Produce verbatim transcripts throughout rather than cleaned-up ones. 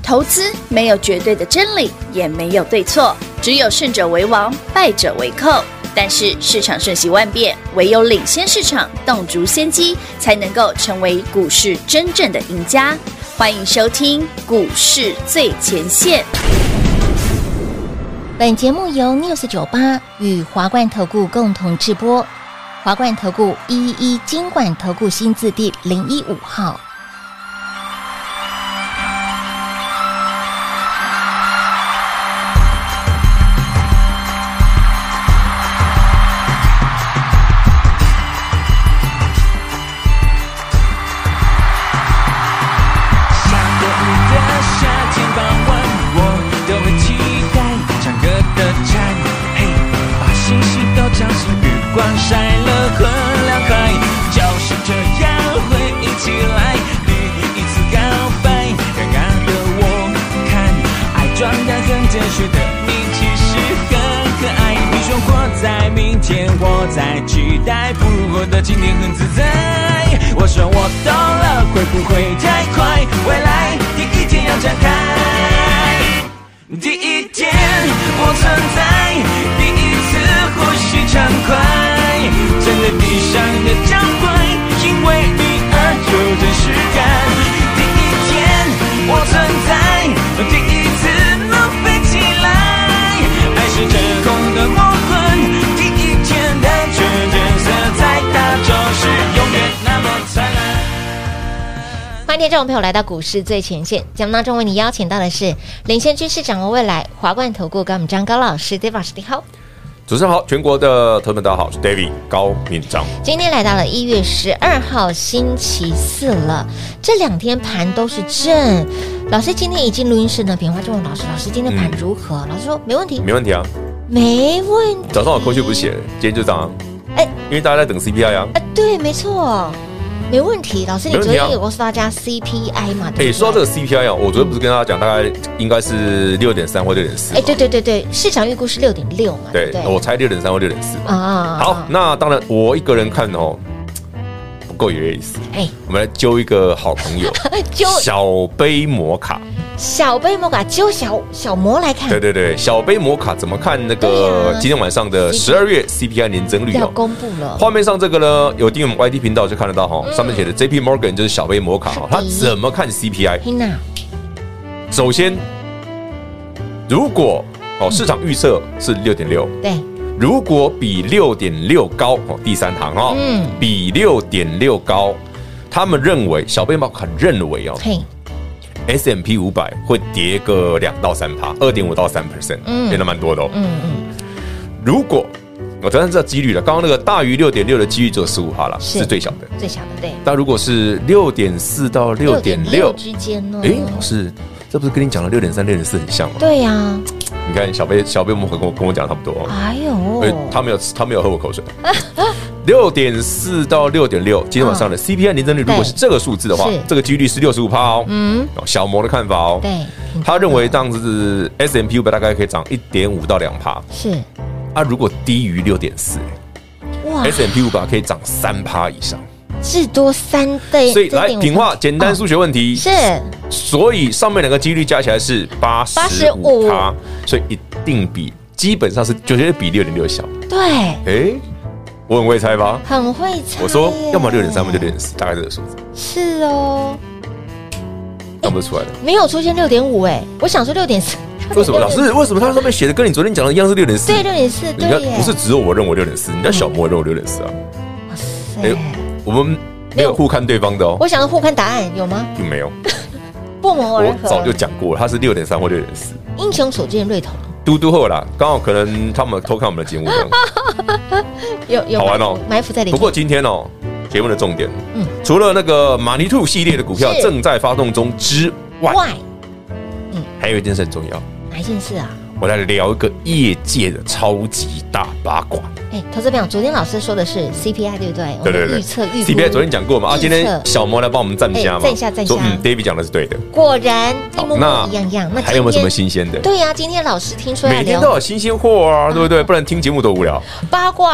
投资没有绝对的真理，也没有对错，只有胜者为王，败者为寇。但是市场瞬息万变，唯有领先市场，洞烛先机，才能够成为股市真正的赢家。欢迎收听股市最前线。 本节目由 News 九八与华冠投顾共同制播，华冠投顾一一一金管投顾新字第零一五号。 晒了很凉快，就是这样回忆起来，第一次告白，尴尬的我看，爱装得很真实的你其实很可爱。你说活在明天，活在期待，不如活得今天很自在。我说我懂了，会不会太快？未来第一天要展开，第一天我存在，第一次呼吸畅快。真的闭上的脚踝，因为你而有真实感。第一天我存在，第一次能飞起来，爱是真空的魔魂，第一天的纯真色彩，它就是永远那么灿烂。 欢迎听众朋友来到股市最前线节目当中，为你邀请到的是领先趋势、掌握未来华冠投顾高敏章高老师 ，David 老师你好。 主持人好，全国的投资们大家好，我是 David 高敏章。 今天来到了一月十二号星期四了，这两天盘都是正。老师今天已经录音室呢，平花就问老师，老师今天盘如何？嗯、老师说没问题， 没问题啊， 没问题。 早上我扣讯不是写了，今天就这样、啊，哎、欸，因为大家在等 C P I 啊， 啊，对，没错。没问题，老师，你昨天有告诉大家 C P I 嘛？ 哎、欸，说到这个 C P I 啊，我昨天不是跟大家讲，大概应该是六点三或六点四。 哎，对对对对，市场预估是六点六嘛？ 对，对我猜六点三或六点四。 啊， 好，那当然我一个人看哦，不够有意思。哎，我们来揪一个好朋友，揪小杯摩卡。 小杯摩卡揪小小摩来看， 对对对，小杯摩卡怎么看那个今天晚上的十二月 C P I 年增率要公布了。 画面上这个呢，有订阅我们 Y T 频道就看得到哈，上面写的 J P Morgan 就是小杯摩卡哈，他怎么看 C P I？ 首先，如果哦市场预测是六点六， 对， 如果比六点六高哦，第三行哈，嗯，比六点六高，他们认为小杯摩卡认为哦。S and P 五百 会跌个两到三趴，二点五到三 percent， 跌得蛮多的哦。嗯嗯。如果我当然知道几率了，刚刚那个大于六点六的几率只有十五趴了，是最小的， 最小的对。 但如果是六点四到六点六之间呢？ 哎，老师，这不是跟你讲的六点三、六点四很像吗？ 对呀、啊。 你看小贝小贝摩跟我跟我讲差不多。 哎呦， 他没有他没有喝我口水。六点四到六点六，今天晚上的 C P I 年增率如果是这个数字的话，这个几率是六十五趴哦。嗯，小摩的看法哦， 对， 他认为这样子 S and P 五百大概可以涨一点五到两趴。 是， 啊，如果低于六点四，哇 ，S and P 五百可以涨三趴以上， 至多三倍。 所以来品化简单数学问题是， 所以上面两个几率加起来是八十五趴，所以一定比基本上是绝对比六点六小。 对， 哎。我很会猜吧？ 很会猜。 我说，要么六点三，要么就六点四，大概这个数字。 是哦， 看不出来的， 没有出现六点五哎，我想说六点四。 为什么？老师，为什么它上面写的跟你昨天讲的一样是六点四？ 对，六点四。 你看，不是只有我认为六点四，你家小摩也认为六点四啊。哇塞！我们没有互看对方的哦。 我想要互看答案有吗？ 并没有。 不谋而合。 我早就讲过了，它是六点三或六点四。 英雄所见略同。 嘟嘟后啦，刚好可能他们偷看我们的节目， 有有好玩哦， 埋伏在里面。 不过今天哦，节目的重点，嗯，除了那个马尼兔系列的股票正在发动中之外，嗯，还有一件事很重要。 哪一件事啊？ 我来聊一个业界的超级大八卦。 哎，投资朋友，昨天老师说的是 C P I 对不对？ 对对对， 预测预估 C P I 昨天讲过嘛？啊，今天小摩来帮我们站下嘛， 站下站下。 说嗯 ，David 讲的是对的。 果然一模模一样样。 那还有没有什么新鲜的？ 对呀，今天老师听说每天都有新鲜货啊，对不对？不然听节目多无聊。 八卦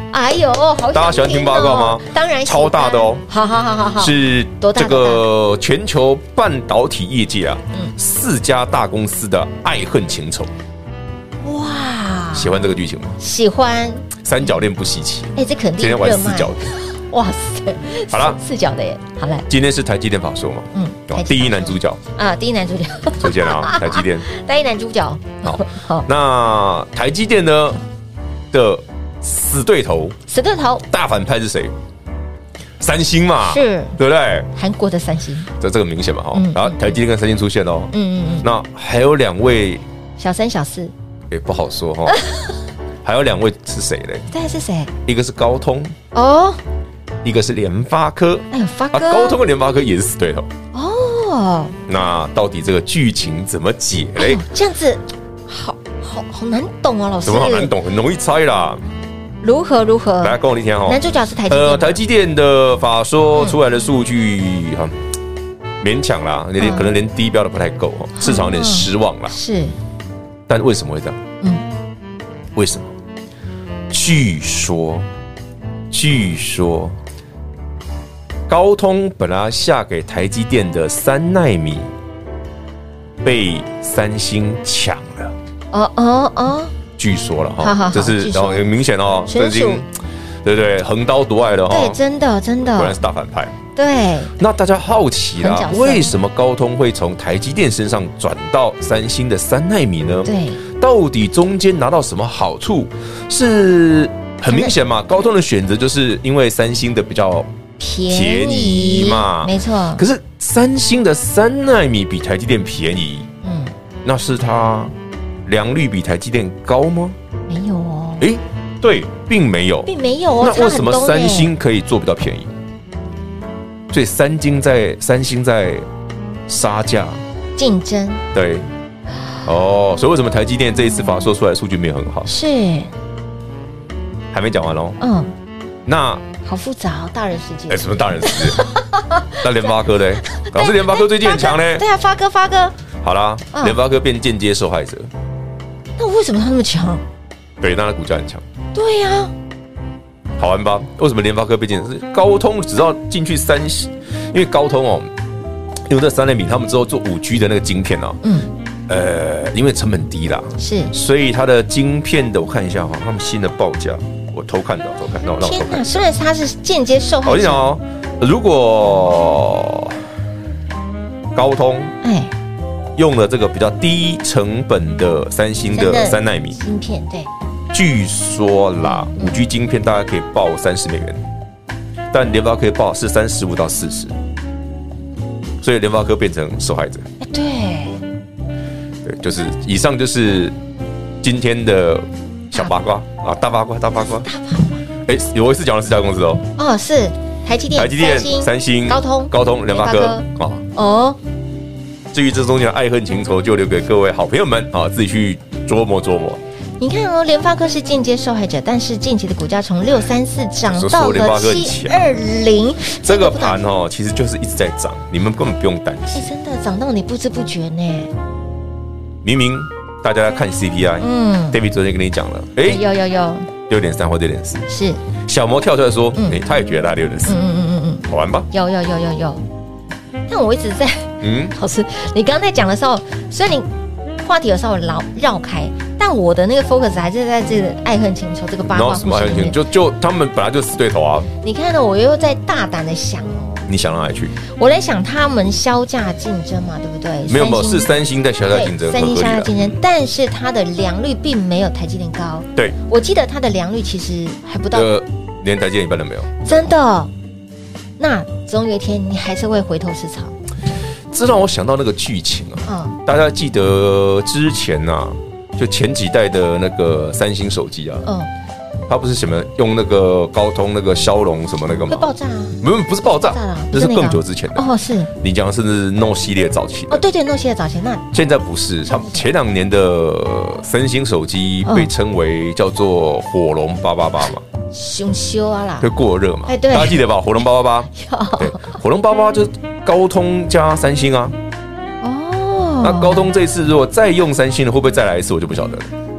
哎呦，好， 大家喜欢听八卦吗？ 当然， 超大的哦。 好好好好好， 是这个全球半导体业界啊，四家大公司的爱恨情仇。哇，喜欢这个剧情吗？ 喜欢。 三角恋不稀奇， 哎，这肯定今天玩四角的。 哇塞， 好了， 四角的耶，好嘞。 今天是台积电法说嘛，嗯，第一男主角啊，第一男主角出现了啊，台积电， 第一男主角。 好，好，那台积电呢的死对头， 死对头， 大反派是谁？三星嘛， 是， 对不对？ 韩国的三星， 这这个明显嘛，哈，然后台积电跟三星出现哦，嗯嗯嗯，那还有两位小三小四， 也不好说哈。还有两位是谁嘞？ 大概是谁？ 一个是高通哦， 一个是联发科。 哎呦，发哥， 高通跟联发科也是死对头哦。 那到底这个剧情怎么解嘞？ 这样子，好好好难懂哦，老师。 怎么好难懂？很容易猜啦。 如何如何？ 来跟我一天哦。 男主角是台积电。呃， 台积电的法说出来的数据哈，勉强啦，连可能连低标都不太够哈，市场有点失望啦。 是。 但为什么会这样？嗯，为什么？据说，据说，高通本来下给台积电的三奈米被三星抢了。哦哦哦！据说了哈，这是然后很明显哦，这已经对不对？横刀夺爱了哈。 对，真的真的， 果然是大反派。 对。 那大家好奇啦，为什么高通会从台积电身上转到三星的三奈米呢？ 对。 到底中间拿到什么好处？是很明显嘛，高通的选择就是因为三星的比较便宜嘛， 没错。 可是三星的三奈米比台积电便宜，嗯，那是它良率比台积电高吗？ 没有哦。 哎，对，并没有， 并没有哦。 那为什么三星可以做比较便宜？所以三星在三星在杀价竞争， 对。哦，所以为什么台积电这一次法说出来的数据没有很好？ 是， 还没讲完哦。 嗯， 那好复杂哦，大人世界。 哎，什么大人世界？那联发科呢？老师，联发科最近很强呢。 对啊，发哥，发哥。 好啦，联发科变间接受害者。 那为什么他那么强？ 对，那它股价很强。 对呀。 好玩吧？为什么联发科被间接？高通只要进去三星，因为高通哦，因为这三奈米他们之后做五 G 的那个晶片啊，嗯。呃，因为成本低啦， 是， 所以它的晶片的我看一下哈，他们新的报价，我偷看到，偷看到， 天哪！虽然它是间接受害者， 我跟你讲哦，如果高通哎用了这个比较低成本的三星的三奈米晶片，对， 据说啦，五 G 晶片大概可以报三十美元，但联发科报是三十五到四十，所以联发科变成受害者。 对。 对，就是以上就是今天的小八卦啊，大八卦，大八卦。哎，有一次讲了四家公司哦。 哦，是台积电、 台积电、三星、 高通、 高通、联发科啊。哦。至于这中间的爱恨情仇，就留给各位好朋友们啊，自己去琢磨琢磨。 你看哦，联发科是间接受害者，但是近期的股价从六三四涨到了七二零， 这个盘哦，其实就是一直在涨，你们根本不用担心。 哎，真的涨到你不知不觉呢。 明明大家看 C P I， 嗯 ，David 昨天跟你讲了，哎， 有有有， 六点三或六点四， 是小魔跳出来说，哎，他也觉得他六点四，嗯嗯嗯嗯，好玩吧？ 有有有有有，但我一直在，嗯，老师，你刚刚在讲的时候，虽然你话题有稍微绕绕开，但我的那个 focus 还是在这个爱恨情仇这个八卦故事里面， 就就他们本来就死对头啊。 你看到我又在大胆的想哦。 你想到哪里去？ 我在想他们销价竞争嘛，对不对？ 没有没有，是三星在销价竞争， 三星销价竞争，但是它的良率并没有台积电高。 对， 我记得它的良率其实还不到， 呃，连台积电一半都没有。 真的？那总有一天你还是会回头是草。 这让我想到那个剧情啊，嗯、大家记得之前呐、啊，就前几代的那个三星手机啊，嗯。它不是什么用那个高通那个骁龙什么那个吗？ 会爆炸啊！ 不是不是爆炸，那是更久之前的哦。是你讲的是 Note 系列早期哦，对对 ，Note 系列早期。那现在不是，他前两年的三星手机被称为叫做火龙八八八嘛， 熊修啊啦， 会过热嘛？ 哎对， 大家记得吧？火龙八八八，对，火龙八八八就是高通加三星啊。哦，那高通这一次如果再用三星的，会不会再来一次？我就不晓得了。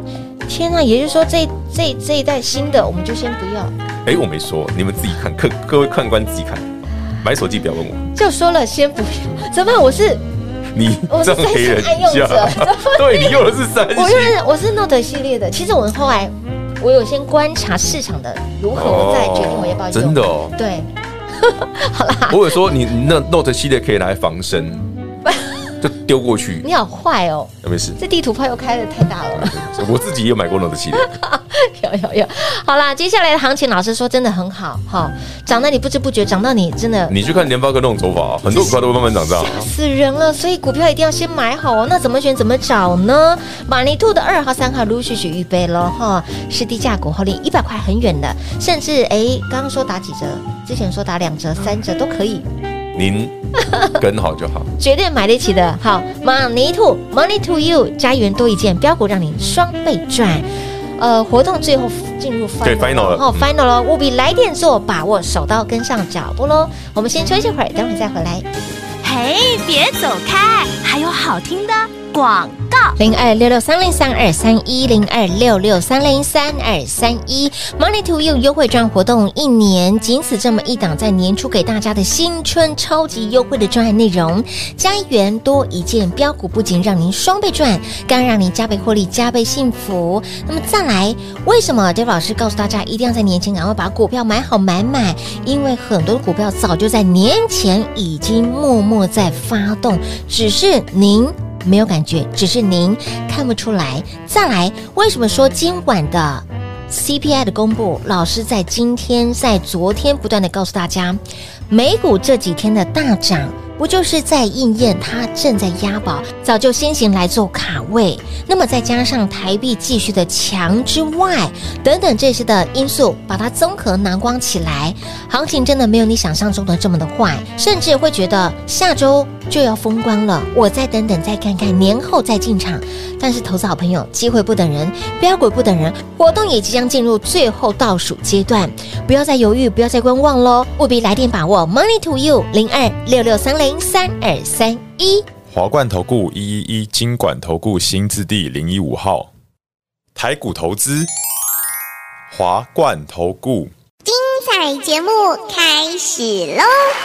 天啊，也就是说这这这一代新的我们就先不要。 哎，我没说，你们自己看，各各位看官自己看。买手机不要问我， 就说了先不要，怎么办？我是你我是三星爱用者， 对你用的是三星， 我用的我是 Note 系列的。其实我后来我有先观察市场的如何，我再决定我要不要用。 真的哦， 对，好啦， 我有说你那 Note 系列可以拿来防身。就丢过去， 你好坏哦！ 没事， 这地图炮又开得太大了。 我自己也有买过 Note 系列， 有有有。好啦，接下来的行情，老师说真的很好，哈，涨到你不知不觉，涨到你真的， 你去看联发科那种走法，很多股票都会慢慢涨涨， 吓死人了。所以股票一定要先买好哦。那怎么选怎么找呢？马尼兔的二号、三号陆续续预备了哈，是低价股，后离一百块很远的，甚至哎，刚刚说打几折，之前说打两折、三折都可以。 您跟好就好， 绝对买得起的。好，马尼兔 Money to You 家园多一件标股，让你双倍赚。呃，活动最后进入 final 对 final 了， 哦 final 了，务必来电做，把握手刀跟上脚步喽。我们先休息会儿，等会再回来。 嘿，别走开，还有好听的广告。 零二六六三零三二三一零二六六三零三二三一 Money to You 优惠券活动一年，仅此这么一档，在年初给大家的新春超级优惠的专案内容，家园多一件标股，不仅让您双倍赚，更让您加倍获利、加倍幸福。那么再来，为什么 David 老师告诉大家一定要在年前赶快把股票买好买满？因为很多的股票早就在年前已经默默在发动，只是您没有感觉，只是您看不出来。再来，为什么说今晚的 C P I 的公布，老师在今天在昨天不断的告诉大家，美股这几天的大涨，不就是在应验它正在押宝，早就先行来做卡位。那么再加上台币继续的强之外，等等这些的因素，把它综合囊光起来，行情真的没有你想象中的这么的坏，甚至会觉得下周就要封关了，我再等等再看看，年后再进场。但是投资好朋友，机会不等人，标股不等人，活动也即将进入最后倒数阶段，不要再犹豫，不要再观望咯，务必来电把握 Money to You 零二六六三零三二三一。 华冠投顾一一一金管投顾新字第零一五号，台股投资，华冠投顾。 精彩节目开始喽！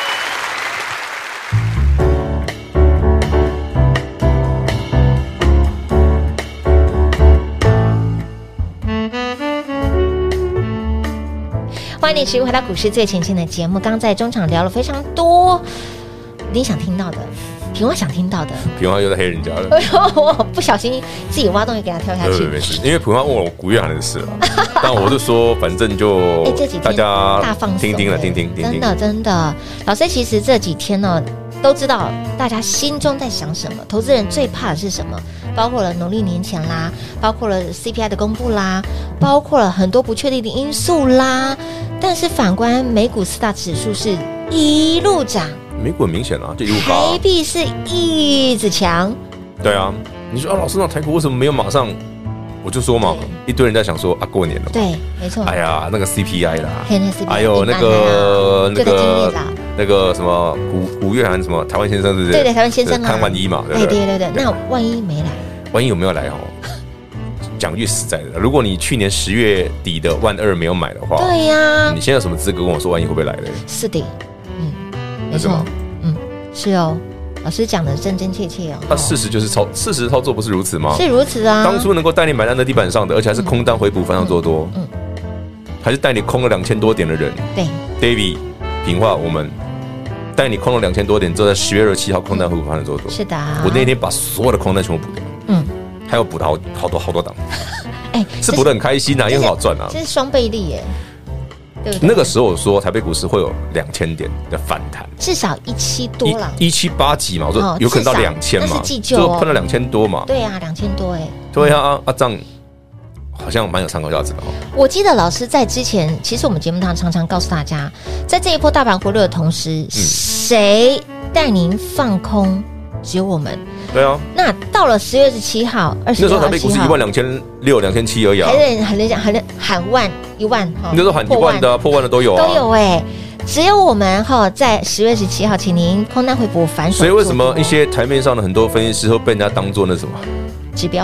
欢迎你持续回到股市最前线的节目。刚在中场聊了非常多你想听到的，平花想听到的， 平花又在黑人家了。 我不小心自己挖洞也给他跳下去。 没事，因为平花问我古月涵的事了，但我就说反正就大家大放松， 听听了，听听听听。 真的真的，老师其实这几天呢，都知道大家心中在想什么，投资人最怕的是什么，包括了农历年前啦，包括了 C P I 的公布啦，包括了很多不确定的因素啦。但是反观美股四大指数是一路涨， 美股很明显啊，就一路高、啊， 台币是一直强。 对啊，你说啊，老师，那台股为什么没有马上？我就说嘛，一堆人在想说啊，过年了嘛， 对，没错。 哎呀，那个 C P I 啦， 还有那个那个那个什么古古月涵什么台湾先生，对不对？ 对对，台湾先生啊， 看万一嘛，对对对对对。那万一没来， 万一有没有来哦？讲句实在的，如果你去年十月底的万二没有买的话， 对呀， 你现在有什么资格跟我说万一会不会来的？ 是的，嗯，没错，嗯，是哦。老师讲的真真切切哦， 那事实就是操，事实操作不是如此吗？ 是如此啊。 当初能够带你买单的地板上的，而且还是空单回补反向做多，嗯，还是带你空了两千多点的人， 对 ，David 平话我们带你空了两千多点，之后在十月二十七号空单回补反向做多， 是的、啊， 我那天把所有的空单全部补掉，嗯，还有补到好好多好多档，哎，是补得很开心啊，也很好赚啊， 这是双倍利耶。对对， 那个时候我说台北股市会有两千点的反弹， 至少一七多了， 一七八几嘛，我说有可能到两千嘛，就喷了两千多嘛。 对啊，两千多哎。 对啊，啊这样好像蛮有参考价值的哦。 我记得老师在之前，其实我们节目上常常告诉大家，在这一波大盘活跃的同时，谁带您放空？只有我们。 对啊， 那到了十月十七号、二十六号、 那时候台北股市一万两千六、两千七而已啊， 还在还在讲，还在喊万一万哈， 那时候喊一万的、破万的都有啊， 都有哎。只有我们哈在十月十七号，请您空单回补反手。 所以为什么一些台面上的很多分析师会被人家当做那什么指标吗？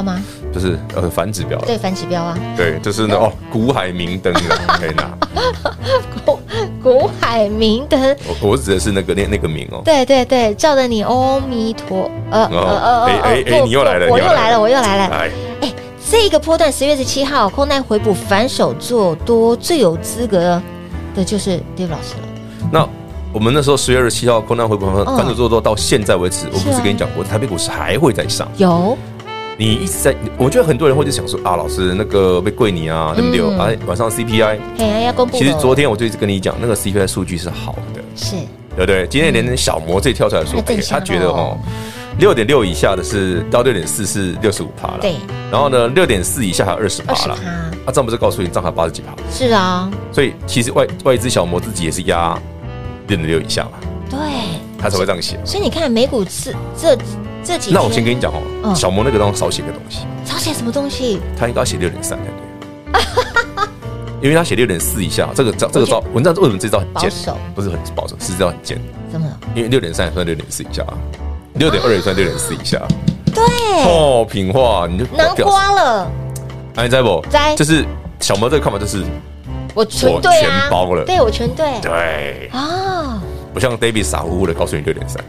就是呃反指标， 对反指标啊， 对，就是那哦股海明灯啊，可以拿股股海明灯， 我我指的是那个那那个明哦， 对对对，照着你，阿弥陀，呃呃呃， 哎哎哎，你又来了， 我又来了，我又来了， 哎哎，这个波段十月十七号空单回补反手做多，最有资格的就是 David 老师了。 那我们那时候十月二十七号空单回补反手做多到现在为止，我不是跟你讲过，台北股市还会再上？ 有。 你一直在，我觉得很多人会就想说啊，老师那个被贵你啊，对不对？啊，晚上 C P I， 哎，要公布。 其实昨天我就一直跟你讲，那个 C P I 数据是好的， 是， 对不对？今天连小摩这跳出来说，他觉得哦，六点六以下的是到六点四是六十五趴了， 对。 然后呢，六点四以下还有二十趴了，啊，这样不是告诉你，这样还八十几趴？ 是啊。所以其实外外资小摩自己也是压六点六以下嘛， 对， 他才会这样写。 所以你看美股是这。这几那我先跟你讲哦，小摩那个当中少写个东西， 少写什么东西？ 他应该要写六点三才对，因为他写六点四以下，这个招这个招文章为什么这招很贱？不是很保守，是这招很贱。 怎么？ 因为六点三也算六点四以下，六点二也算六点四以下。 对哦，品化你就南瓜了。 哎，你在不？ 在。 就是小摩这个看法就是我全对啊， 全包了， 对我全对。 对啊， 不像 David 傻乎乎的告诉你六点三。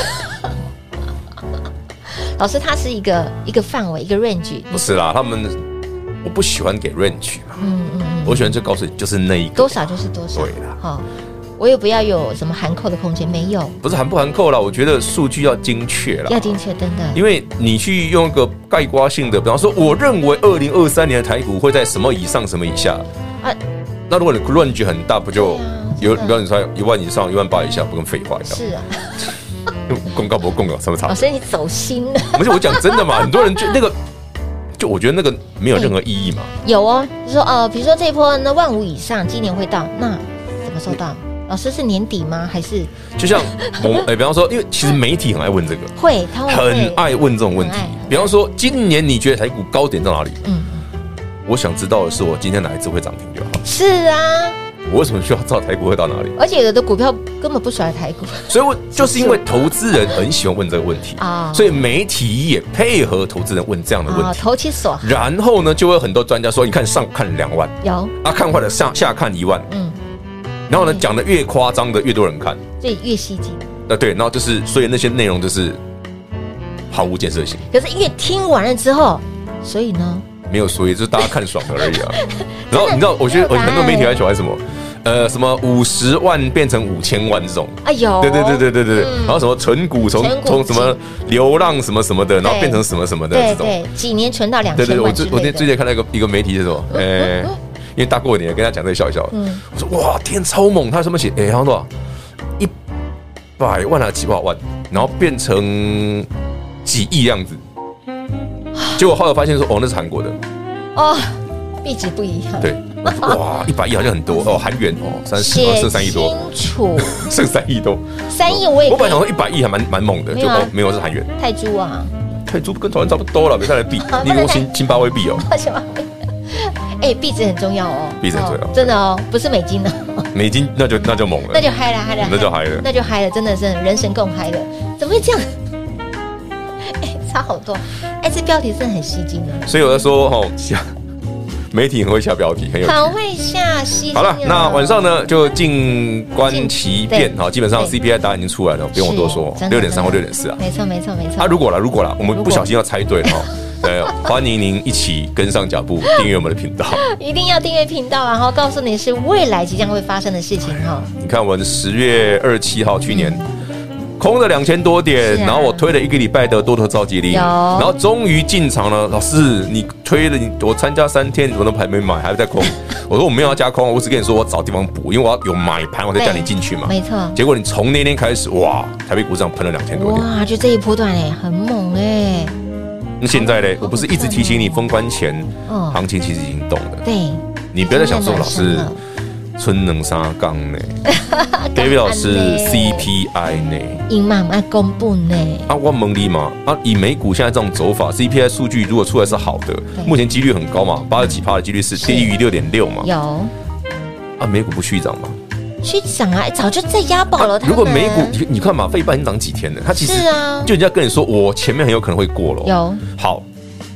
老师，它是一个一个范围，一个 range。 不是啦，他们我不喜欢给 range 嘛，嗯嗯嗯，我喜欢就告诉你就是那一个， 多少就是多少。 对啦， 好，我也不要有什么含扣的空间，没有。 不是含不含扣啦，我觉得数据要精确啦， 要精确，真的。 因为你去用一个概括性的，比方说，我认为二零二三年的台股会在什么以上，什么以下啊？那如果你 range 很大，不就有？比方你说一万以上，一万八以下，不跟废话一样？ 是啊。 公告不公告什么差？ 老师，你走心了。 而且我讲真的嘛，很多人就那个，就我觉得那个没有任何意义嘛。 有哦，就说呃，比如说这一波那万五以上，今年会到，那什么时候到？老师是年底吗？还是就像我哎，比方说，因为其实媒体很爱问这个， 会，他会很爱问这种问题。比方说，今年你觉得台股高点到哪里？嗯，我想知道的是，我今天哪一只会涨停就好。 是啊。 我为什么需要知道台股会到哪里？ 而且有的股票根本不喜欢台股， 所以我就是因为投资人很喜欢问这个问题啊，所以媒体也配合投资人问这样的问题， 投其所好。 然后呢，就会有很多专家说，你看上看两万， 有啊，看坏了上下看一万，嗯，然后呢，讲的越夸张的越多人看， 所以越吸睛。 呃，对，然后就是所以那些内容就是毫无建设性。 可是因为听完了之后，所以呢？ 没有，所以就是大家看爽而已啊。然后你知道，我觉得我很多媒体还喜欢什么，呃，什么五十万变成五千万这种， 哎呦， 对对对对对对，然后什么存股从从什么流浪什么什么的，然后变成什么什么的这种， 对对，几年存到两千万。 对对，我最我最近看到一个一个媒体是什么，呃，因为大过年跟他讲这个笑一笑，我说哇天超猛，他什么写，哎，好像多少一百万还是几百万，然后变成几亿样子。结果后来发现说，哦，那是韩国的， 哦，币值不一样。 对，哇，一百亿好像很多哦，韩元哦，三十剩三亿多， 清楚， 剩三亿多， 三亿我也， 我本来想说一百亿还蛮蛮猛的，就哦没有是韩元， 泰铢啊， 泰铢跟台湾差不多了，别再来币，你用新新巴威币哦， 什么？哎，币值很重要哦， 币值很重要， 真的哦，不是美金的， 美金那就那就猛了， 那就嗨了嗨了， 那就嗨了， 那就嗨了，真的是人神共嗨了，怎么会这样？差好多，哎，这标题真的很吸睛的。 所以我在说，哈，媒体很会下标题，很有趣， 很会下吸。 好了，那晚上呢就静观其变，哈，基本上 C P I 答案已经出来了，不用我多说，六点三或六点四啊， 没错没错没错。 啊，如果啦，如果啦，我们不小心要猜对了哈，对，欢迎您一起跟上脚步，订阅我们的频道， 一定要订阅频道，然后告诉你是未来即将会发生的事情哈。 你看，我们十月二十七号去年。空了两千多点，啊、然后我推了一个礼拜的多头召集令，然后终于进场了。老师，你推了你我参加三天，我都还没买，还在空。我说我没有要加空，我只跟你说我找地方补，因为我要有买盘，我才叫你进去嘛。 没错。 结果你从那天开始，哇，台北股市上喷了两千多点， 哇，就这一波段哎，很猛哎。 那现在呢，我不是一直提醒你封关前，哦、行情其实已经动了。 对， 你不要再想说老师。春能杀杠呢 ，David 老师 C P I 呢， 英慢慢公布呢。 啊，我问你嘛，啊，以美股现在这种走法 ，C P I 数据如果出来是好的，目前几率很高嘛，八十几趴的几率是低于六点六嘛。 有。 啊，美股不续涨吗？ 续涨啊，早就在押宝了。 啊、如果美股，你你看嘛，费半已经涨几天了，它其实就人家跟你说，我前面很有可能会过了。 有。 好。啊，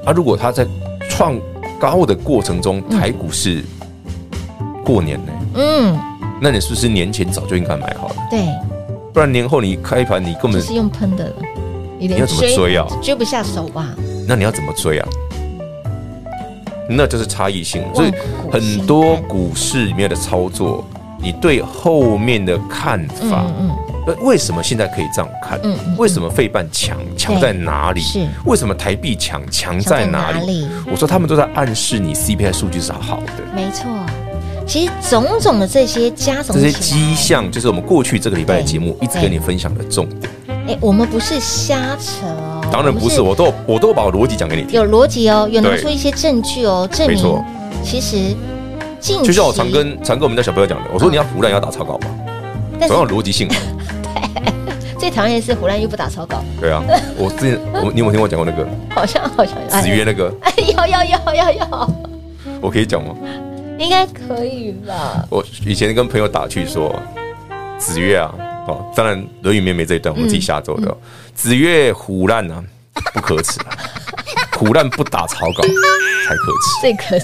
啊，如果它在创高的过程中，台股是过年呢，嗯，那你是不是年前早就应该买好了？ 对， 不然年后你开盘你根本是用喷的，你要怎么追啊？ 追不下手吧？ 那你要怎么追啊？那就是差异性，所以很多股市里面的操作，你对后面的看法，嗯嗯，为什么现在可以这样看？嗯嗯，为什么费半强？强在哪里？是为什么台币强？强在哪里？我说他们都在暗示你 C P I 数据是好的， 没错。其实种种的这些加总， 这些迹象，就是我们过去这个礼拜的节目一直跟你分享的重点。 哎，我们不是瞎扯哦， 当然不是，我都我都把我逻辑讲给你听， 有逻辑哦，有拿出一些证据哦，证明其实近期就像我常跟常跟我们家小朋友讲的，我说你要胡乱要打草稿嘛，总要有逻辑性嘛。 对，最讨厌的是胡乱又不打草稿。 对啊，我之前我你有没有听我讲过那个？ 好像好像子曰那个， 哎，要要要要要， 我可以讲吗？ 应该可以吧。 我以前跟朋友打趣说，子曰啊。哦，当然《论语》里面没这一段，我自己瞎做的。子曰：“虎烂啊，不可耻啊！虎烂不打草稿才可耻， 最可耻。”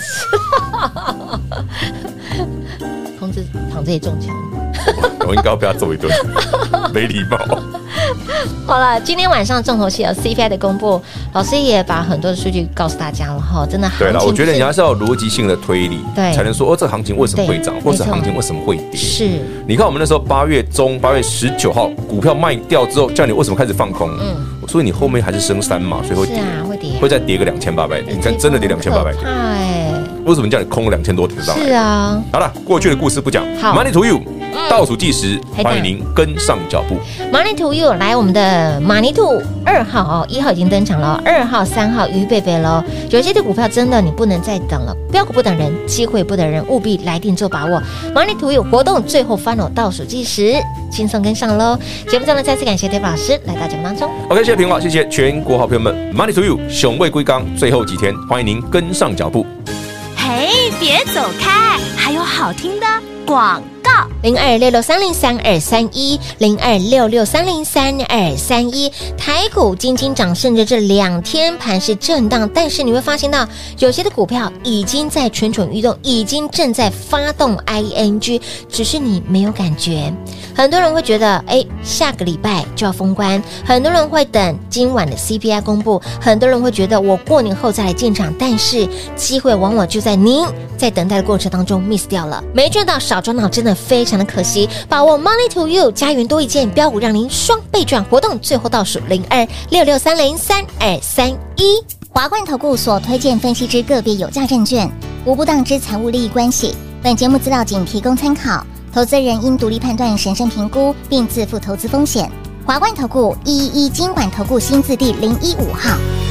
同志躺着也中枪， 我, 我应该要被他揍一顿，没礼貌。 好了，今天晚上重头戏有 C P I 的公布，老师也把很多的数据告诉大家了哈，真的。 对了，我觉得你还是要有逻辑性的推理，对，才能说哦，这个行情为什么会涨，或者行情为什么会跌。是，你看我们那时候八月中八月十九号股票卖掉之后，叫你为什么开始放空？嗯，所以你后面还是升三嘛，所以会跌， 啊，会跌， 会再跌个两千八百点。你看，真的跌两千八百点，哎，为什么叫你空了两千多点上来？ 是啊， 好了，过去的故事不讲。好 ，Money to you。倒数计时，欢迎您跟上脚步。 Money to you， 来我们的 Money to 二号哦，一号已经登场了，二号、三号预备备喽。有些的股票真的你不能再等了，标股不等人，机会不等人，务必来电做把握。Money to you 活动最后 final 倒数计时，轻松跟上喽。节目中呢，再次感谢 David 老师来到节目当中。 OK， 谢谢平华，谢谢全国好朋友们。Money to you， 雄卫归刚，最后几天，欢迎您跟上脚步。 嘿，别走开，还有好听的广告。 零二六六三零三二三一，零二六六三零三二三一，台股金金涨，甚至这两天盘是震荡，但是你会发现到有些的股票已经在蠢蠢欲动，已经正在发动 I N G， 只是你没有感觉。很多人会觉得，哎，下个礼拜就要封关，很多人会等今晚的 C P I 公布，很多人会觉得我过年后再来进场，但是机会往往就在您在等待的过程当中 miss 掉了，没赚到少赚到，真的非常的可惜。把握 Money to you 家园多一件标股，让您双倍赚活动，最后倒数零二六六三零三二三一。 华冠投顾所推荐分析之个别有价证券，无不当之财务利益关系。本节目资料仅提供参考，投资人应独立判断、审慎评估，并自负投资风险。华冠投顾一一一金管投顾新字第零一五号。